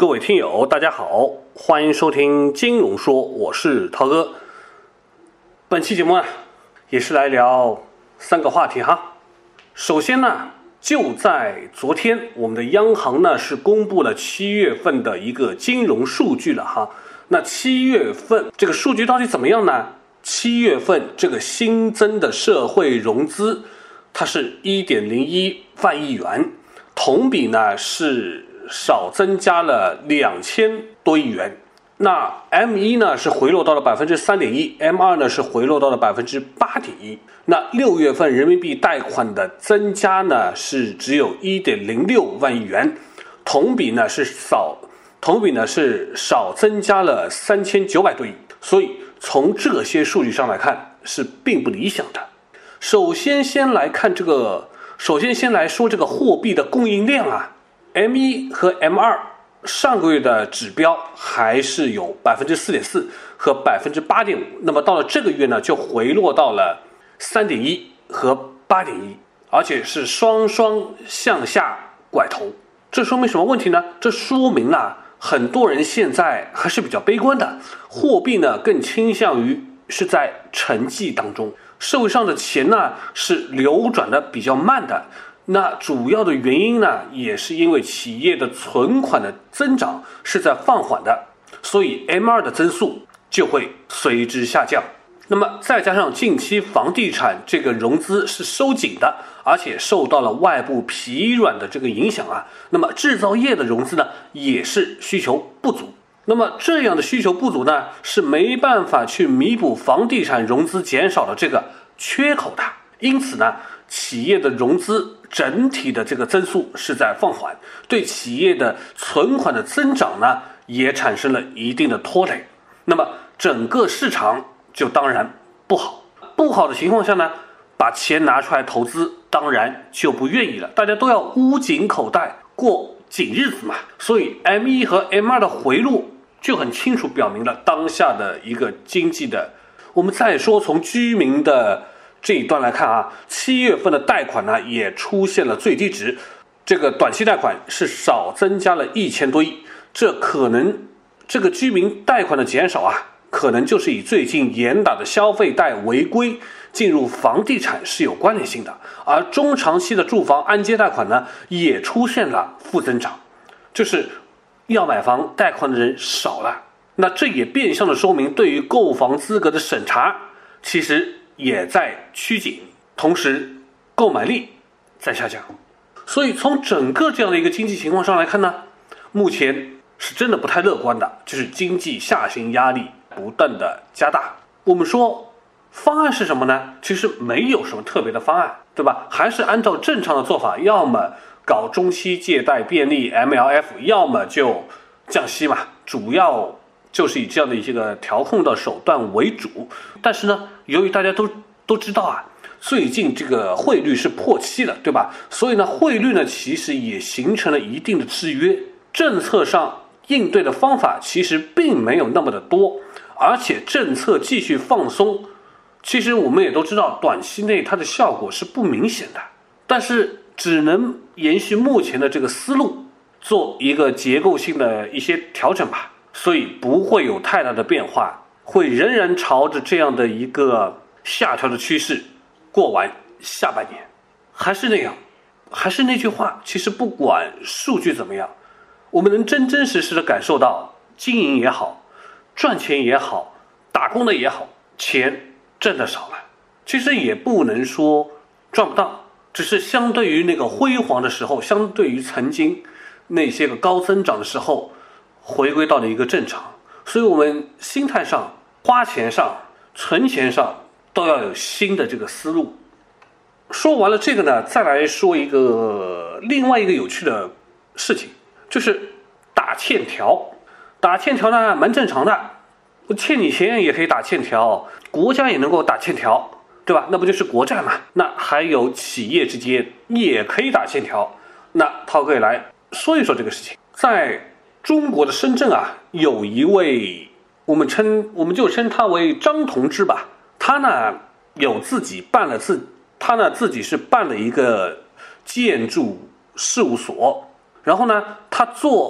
各位听友，大家好，欢迎收听金融说，我是涛哥。本期节目呢，也是来聊3个话题哈。首先呢，就在昨天，我们的央行呢是公布了7月份的一个金融数据了哈。那7月份这个数据到底怎么样呢？7月份这个新增的社会融资，它是1.01万亿元，同比呢是少增加了2000多亿元。那 M1 呢是回落到了 3.1%， M2 呢是回落到了 8.1%。那6月份人民币贷款的增加呢是只有 1.06万亿元，同比呢是少增加了3900多亿。所以从这些数据上来看是并不理想的。首先来说这个货币的供应量啊， M1 和 M2 上个月的指标还是有 4.4% 和 8.5%， 那么到了这个月呢就回落到了 3.1 和 8.1， 而且是双双向下拐头。这说明什么问题呢？这说明很多人现在还是比较悲观的，货币呢更倾向于是在沉寂当中，社会上的钱呢是流转的比较慢的。那主要的原因呢，也是因为企业的存款的增长是在放缓的，所以 M2 的增速就会随之下降。那么再加上近期房地产这个融资是收紧的，而且受到了外部疲软的这个影响啊，那么制造业的融资呢也是需求不足。那么这样的需求不足呢，是没办法去弥补房地产融资减少的这个缺口的。因此呢，企业的融资整体的这个增速是在放缓，对企业的存款的增长呢也产生了一定的拖累。那么整个市场就当然不好的情况下呢，把钱拿出来投资当然就不愿意了，大家都要捂紧口袋过紧日子嘛。所以 M1 和 M2 的回落就很清楚表明了当下的一个经济的。我们再说从居民的这一端来看啊，7月份的贷款呢也出现了最低值，这个短期贷款是少增加了1000多亿。这个居民贷款的减少啊，可能就是与最近严打的消费贷违规进入房地产是有关联性的。而中长期的住房按揭贷款呢也出现了负增长，就是要买房贷款的人少了。那这也变相的说明对于购房资格的审查其实也在趋紧，同时购买力在下降。所以从整个这样的一个经济情况上来看呢，目前是真的不太乐观的，就是经济下行压力不断的加大。我们说方案是什么呢？其实没有什么特别的方案，对吧？还是按照正常的做法，要么搞中期借贷便利 MLF， 要么就降息嘛，主要就是以这样的一个调控的手段为主。但是呢，由于大家都知道啊，最近这个汇率是破7了，对吧？所以呢，汇率呢其实也形成了一定的制约，政策上应对的方法其实并没有那么的多，而且政策继续放松，其实我们也都知道短期内它的效果是不明显的，但是只能延续目前的这个思路，做一个结构性的一些调整吧。所以不会有太大的变化，会仍然朝着这样的一个下调的趋势过完下半年。还是那句话，其实不管数据怎么样，我们能真真实实的感受到经营也好，赚钱也好，打工的也好，钱挣的少了。其实也不能说赚不到，只是相对于那个辉煌的时候，相对于曾经那些个高增长的时候，回归到了一个正常。所以我们心态上、花钱上、存钱上都要有新的这个思路。说完了这个呢，再来说另外一个有趣的事情，就是打欠条。打欠条呢蛮正常的，我欠你钱也可以打欠条，国家也能够打欠条，对吧？那不就是国债嘛？那还有企业之间也可以打欠条。那涛哥也来说一说这个事情。在中国的深圳啊，有一位我们就称他为张同志吧。他呢自己是办了一个建筑事务所，然后呢他做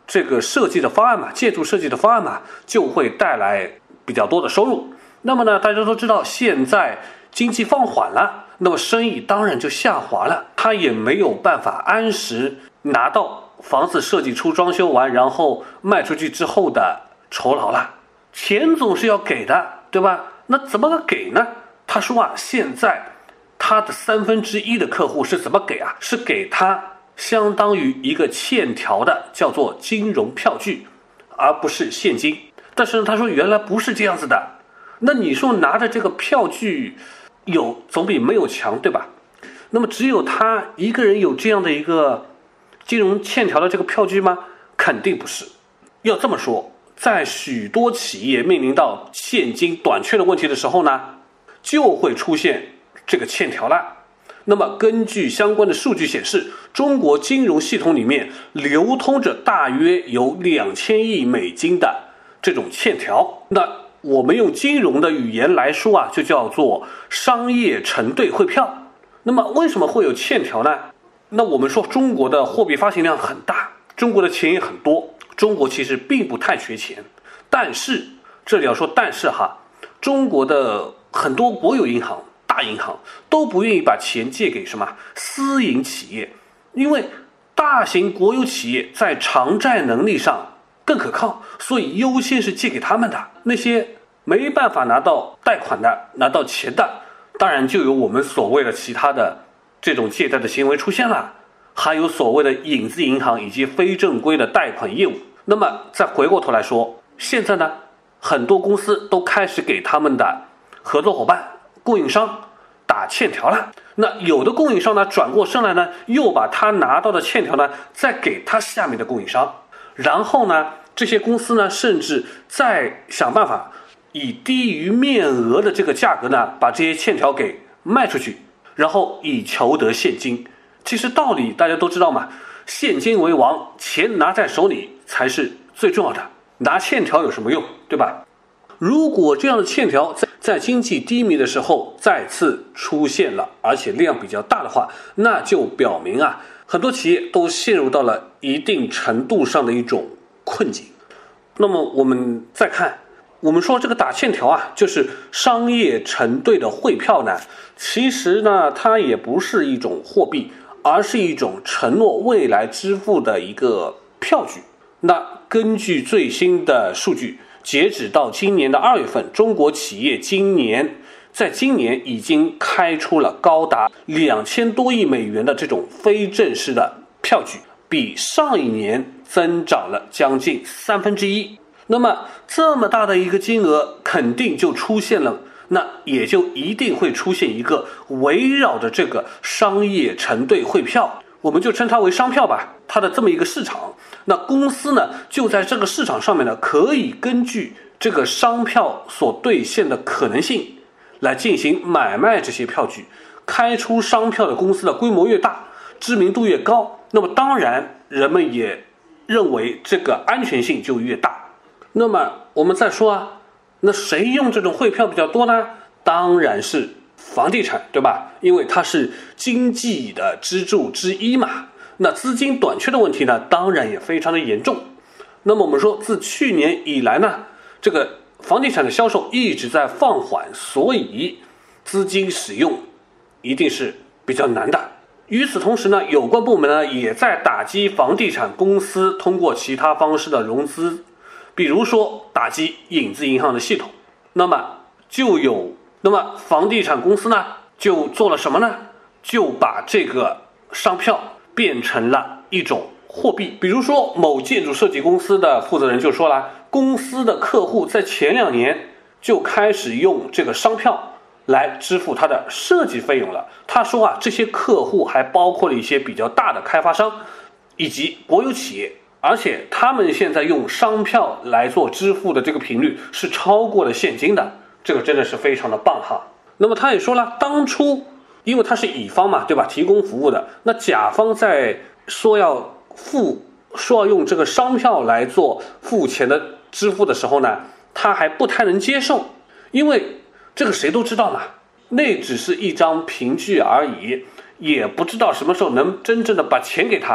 这个设计的方案嘛，建筑设计的方案嘛，就会带来比较多的收入。那么呢，大家都知道现在经济放缓了，那么生意当然就下滑了，他也没有办法按时拿到房子设计出装修完然后卖出去之后的酬劳了。钱总是要给的，对吧？那怎么个给呢？他说啊，现在他的1/3的客户是怎么给啊？是给他相当于一个欠条的叫做金融票据，而不是现金。但是他说原来不是这样子的，那你说拿着这个票据有总比没有强，对吧？那么只有他一个人有这样的一个金融欠条的这个票据吗？肯定不是。要这么说，在许多企业面临到现金短缺的问题的时候呢，就会出现这个欠条了。那么根据相关的数据显示，中国金融系统里面流通着大约有2000亿美金的这种欠条。那我们用金融的语言来说啊，就叫做商业承兑汇票。那么为什么会有欠条呢？那我们说中国的货币发行量很大，中国的钱也很多，中国其实并不太缺钱。但是这里要说但是哈，中国的很多国有银行大银行都不愿意把钱借给什么私营企业，因为大型国有企业在偿债能力上更可靠，所以优先是借给他们的。那些没办法拿到贷款的拿到钱的，当然就有我们所谓的其他的这种借贷的行为出现了，还有所谓的影子银行以及非正规的贷款业务。那么再回过头来说，现在呢，很多公司都开始给他们的合作伙伴供应商打欠条了。那有的供应商呢转过身来呢，又把他拿到的欠条呢再给他下面的供应商，然后呢这些公司呢甚至再想办法以低于面额的这个价格呢把这些欠条给卖出去，然后以求得现金。其实道理大家都知道嘛，现金为王，钱拿在手里才是最重要的，拿欠条有什么用，对吧？如果这样的欠条在经济低迷的时候再次出现了，而且量比较大的话，那就表明啊，很多企业都陷入到了一定程度上的一种困境。那么我们再看，我们说这个打欠条啊，就是商业承兑的汇票呢，其实呢它也不是一种货币，而是一种承诺未来支付的一个票据。那根据最新的数据，截止到今年的2月份，中国企业在今年已经开出了高达2000多亿美元的这种非正式的票据，比上一年增长了将近1/3。那么这么大的一个金额肯定就出现了，那也就一定会出现一个围绕着这个商业承兑汇票，我们就称它为商票吧，它的这么一个市场。那公司呢就在这个市场上面呢，可以根据这个商票所兑现的可能性来进行买卖这些票据。开出商票的公司的规模越大，知名度越高，那么当然人们也认为这个安全性就越大。那么我们再说啊，那谁用这种汇票比较多呢？当然是房地产，对吧？因为它是经济的支柱之一嘛。那资金短缺的问题呢，当然也非常的严重。那么我们说，自去年以来呢，这个房地产的销售一直在放缓，所以资金使用一定是比较难的。与此同时呢，有关部门呢也在打击房地产公司通过其他方式的融资，比如说打击影子银行的系统。那么房地产公司呢就做了什么呢？就把这个商票变成了一种货币。比如说某建筑设计公司的负责人就说了，公司的客户在前2年就开始用这个商票来支付他的设计费用了。他说啊，这些客户还包括了一些比较大的开发商以及国有企业，而且他们现在用商票来做支付的这个频率是超过了现金的，这个真的是非常的棒哈。那么他也说了，当初因为他是乙方嘛，对吧，提供服务的，那甲方在说要用这个商票来做付钱的支付的时候呢，他还不太能接受，因为这个谁都知道嘛，那只是一张凭据而已，也不知道什么时候能真正的把钱给他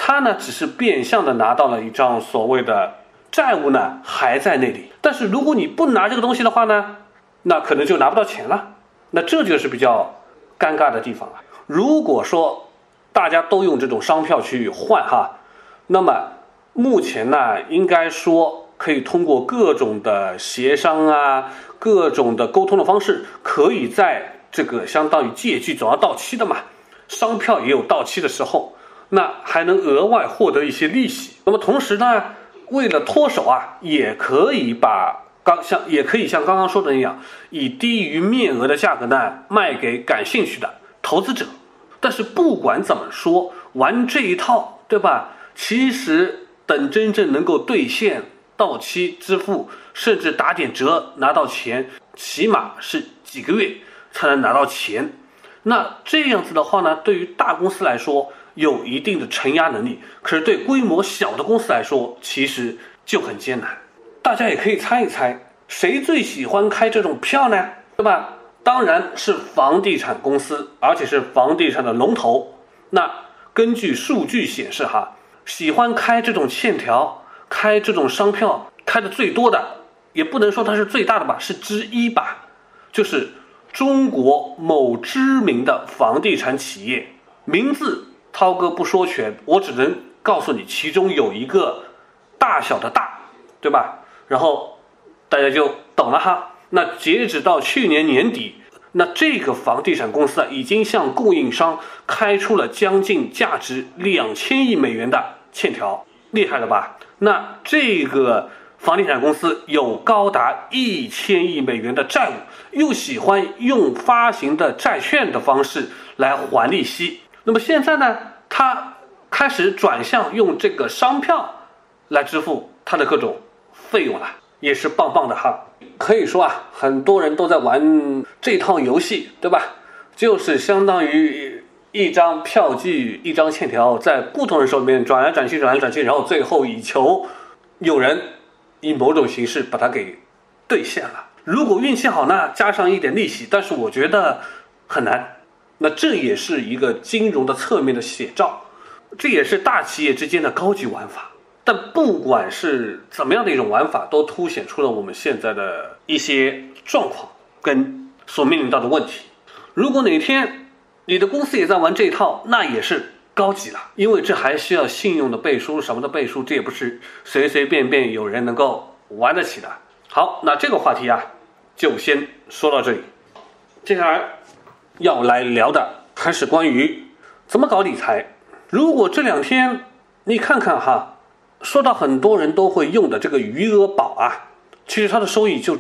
他呢只是变相的拿到了一张所谓的债务呢还在那里，但是如果你不拿这个东西的话呢，那可能就拿不到钱了，那这就是比较尴尬的地方了。如果说大家都用这种商票去换哈，那么目前呢应该说可以通过各种的协商啊，各种的沟通的方式，可以在这个相当于借据总要到期的嘛，商票也有到期的时候，那还能额外获得一些利息。那么同时呢，为了脱手啊，也可以像刚刚说的那样，以低于面额的价格呢卖给感兴趣的投资者。但是不管怎么说，玩这一套，对吧？其实等真正能够兑现、到期支付，甚至打点折拿到钱，起码是几个月才能拿到钱。那这样子的话呢，对于大公司来说有一定的承压能力，可是对规模小的公司来说其实就很艰难。大家也可以猜一猜，谁最喜欢开这种票呢？对吧？当然是房地产公司，而且是房地产的龙头。那根据数据显示哈，喜欢开这种欠条、开这种商票开的最多的，也不能说它是最大的吧，是之一吧，就是中国某知名的房地产企业，名字涛哥不说全，我只能告诉你其中有一个大小的大，对吧？然后大家就懂了哈。那截止到去年年底，那这个房地产公司已经向供应商开出了将近价值2000亿美元的欠条，厉害了吧？那这个房地产公司有高达1000亿美元的债务，又喜欢用发行的债券的方式来还利息。那么现在呢，他开始转向用这个商票来支付他的各种费用了，也是棒棒的哈。可以说啊，很多人都在玩这套游戏，对吧？就是相当于一张票据、一张欠条在不同人手里面转来转去，然后最后以求有人以某种形式把它给兑现了。如果运气好呢，加上一点利息，但是我觉得很难。那这也是一个金融的侧面的写照，这也是大企业之间的高级玩法。但不管是怎么样的一种玩法，都凸显出了我们现在的一些状况跟所面临到的问题。如果哪天你的公司也在玩这一套，那也是高级了，因为这还需要信用的背书什么的背书，这也不是随随便便有人能够玩得起的。好，那这个话题啊就先说到这里。接下来要来聊的还是关于怎么搞理财。如果这两天你看看哈，说到很多人都会用的这个余额宝啊，其实它的收益就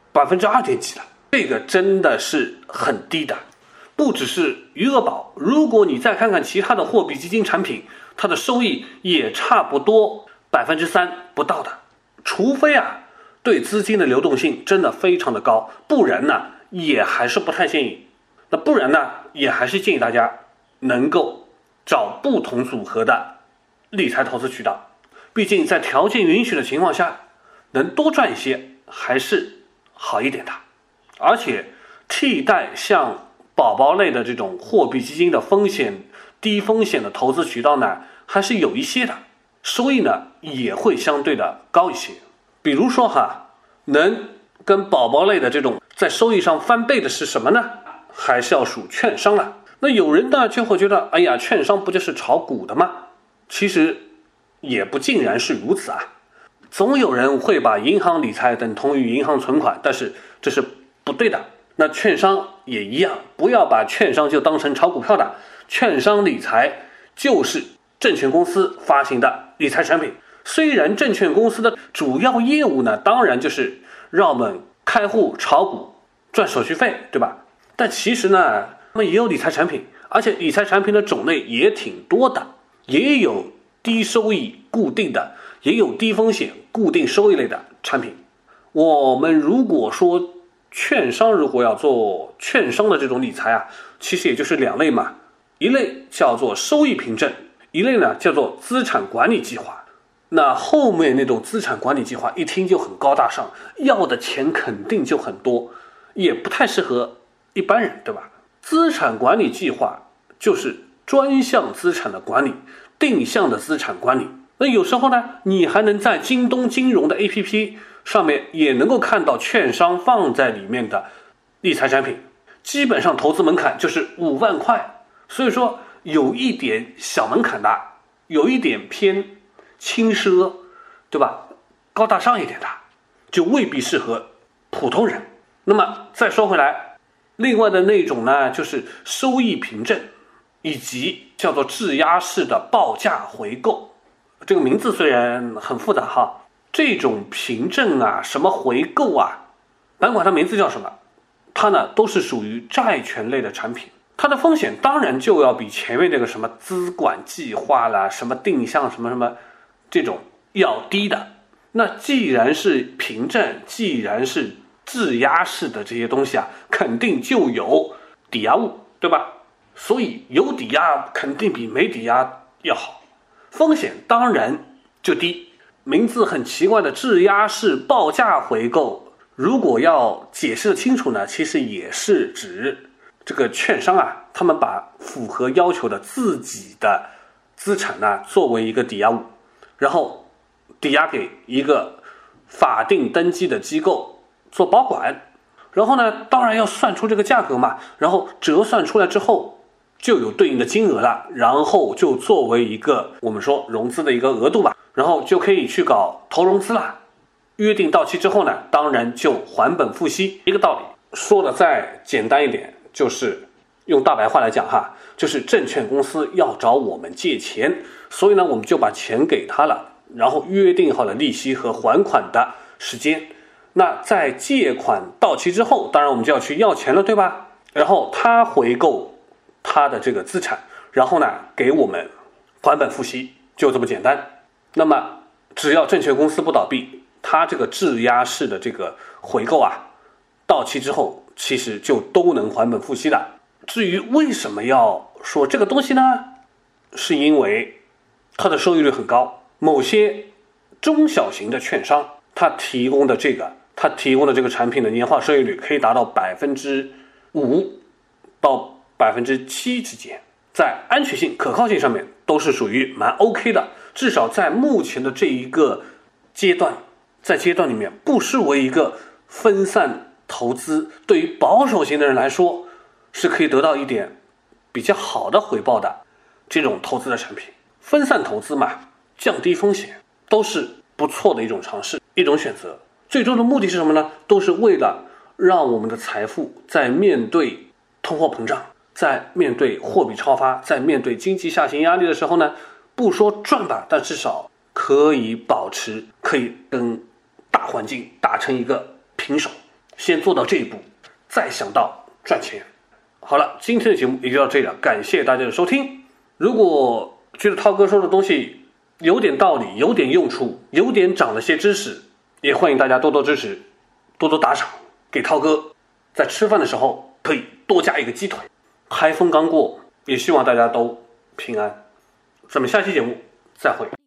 2.几了，这个真的是很低的。不只是余额宝，如果你再看看其他的货币基金产品，它的收益也差不多3%不到的。除非啊对资金的流动性真的非常的高，不然呢也还是不太建议。那不然呢也还是建议大家能够找不同组合的理财投资渠道。毕竟在条件允许的情况下，能多赚一些还是好一点的。而且替代像宝宝类的这种货币基金的低风险的投资渠道呢，还是有一些的，收益呢也会相对的高一些。比如说哈，能跟宝宝类的这种在收益上翻倍的是什么呢？还是要数券商了。那有人呢就会觉得，哎呀，券商不就是炒股的吗？其实也不尽然是如此啊。总有人会把银行理财等同于银行存款，但是这是不对的。那券商也一样，不要把券商就当成炒股票的。券商理财就是证券公司发行的理财产品。虽然证券公司的主要业务呢，当然就是让我们开户炒股赚手续费，对吧？但其实呢，他们也有理财产品，而且理财产品的种类也挺多的，也有低收益固定的，也有低风险固定收益类的产品。我们如果说券商如果要做券商的这种理财啊，其实也就是2类嘛，一类叫做收益凭证，一类呢叫做资产管理计划。那后面那种资产管理计划一听就很高大上，要的钱肯定就很多，也不太适合一般人，对吧？资产管理计划就是专项资产的管理， 定向的资产管理。那有时候呢，你还能在京东金融的 APP 上面也能够看到券商放在里面的理财产品，基本上投资门槛就是5万块，所以说有一点小门槛的，有一点偏轻奢，对吧？高大上一点的，就未必适合普通人。那么再说回来，另外的那种呢，就是收益凭证，以及叫做质押式的报价回购。这个名字虽然很复杂哈，这种凭证啊，什么回购啊，甭管它名字叫什么，它呢都是属于债权类的产品，它的风险当然就要比前面这个什么资管计划啦、什么定向什么什么这种要低的。那既然是凭证，既然是质押式的这些东西啊，肯定就有抵押物，对吧？所以有抵押肯定比没抵押要好，风险当然就低。名字很奇怪的质押式报价回购，如果要解释的清楚呢，其实也是指这个券商啊，他们把符合要求的自己的资产呢作为一个抵押物，然后抵押给一个法定登记的机构做保管，然后呢，当然要算出这个价格嘛，然后折算出来之后就有对应的金额了，然后就作为一个我们说融资的一个额度吧，然后就可以去搞投融资了。约定到期之后呢，当然就还本付息，一个道理。说的再简单一点，就是用大白话来讲哈，就是证券公司要找我们借钱，所以呢，我们就把钱给他了，然后约定好了利息和还款的时间。那在借款到期之后，当然我们就要去要钱了，对吧？然后他回购他的这个资产，然后呢给我们还本付息，就这么简单。那么只要证券公司不倒闭，他这个质押式的这个回购啊，到期之后其实就都能还本付息的。至于为什么要说这个东西呢？是因为它的收益率很高，某些中小型的券商它提供的这个产品的年化收益率可以达到5%到7%之间，在安全性、可靠性上面都是属于蛮 OK 的，至少在目前的这一个阶段，在阶段里面不失为一个分散投资，对于保守型的人来说是可以得到一点比较好的回报的这种投资的产品。分散投资嘛，降低风险，都是不错的一种尝试，一种选择。最终的目的是什么呢？都是为了让我们的财富在面对通货膨胀，在面对货币超发，在面对经济下行压力的时候呢，不说赚吧，但至少可以保持，可以跟大环境打成一个平手，先做到这一步，再想到赚钱。好了，今天的节目也就到这里了，感谢大家的收听。如果觉得涛哥说的东西有点道理，有点用处，有点长了些知识，也欢迎大家多多支持，多多打赏，给涛哥在吃饭的时候可以多加一个鸡腿。台风刚过，也希望大家都平安。咱们下期节目再会。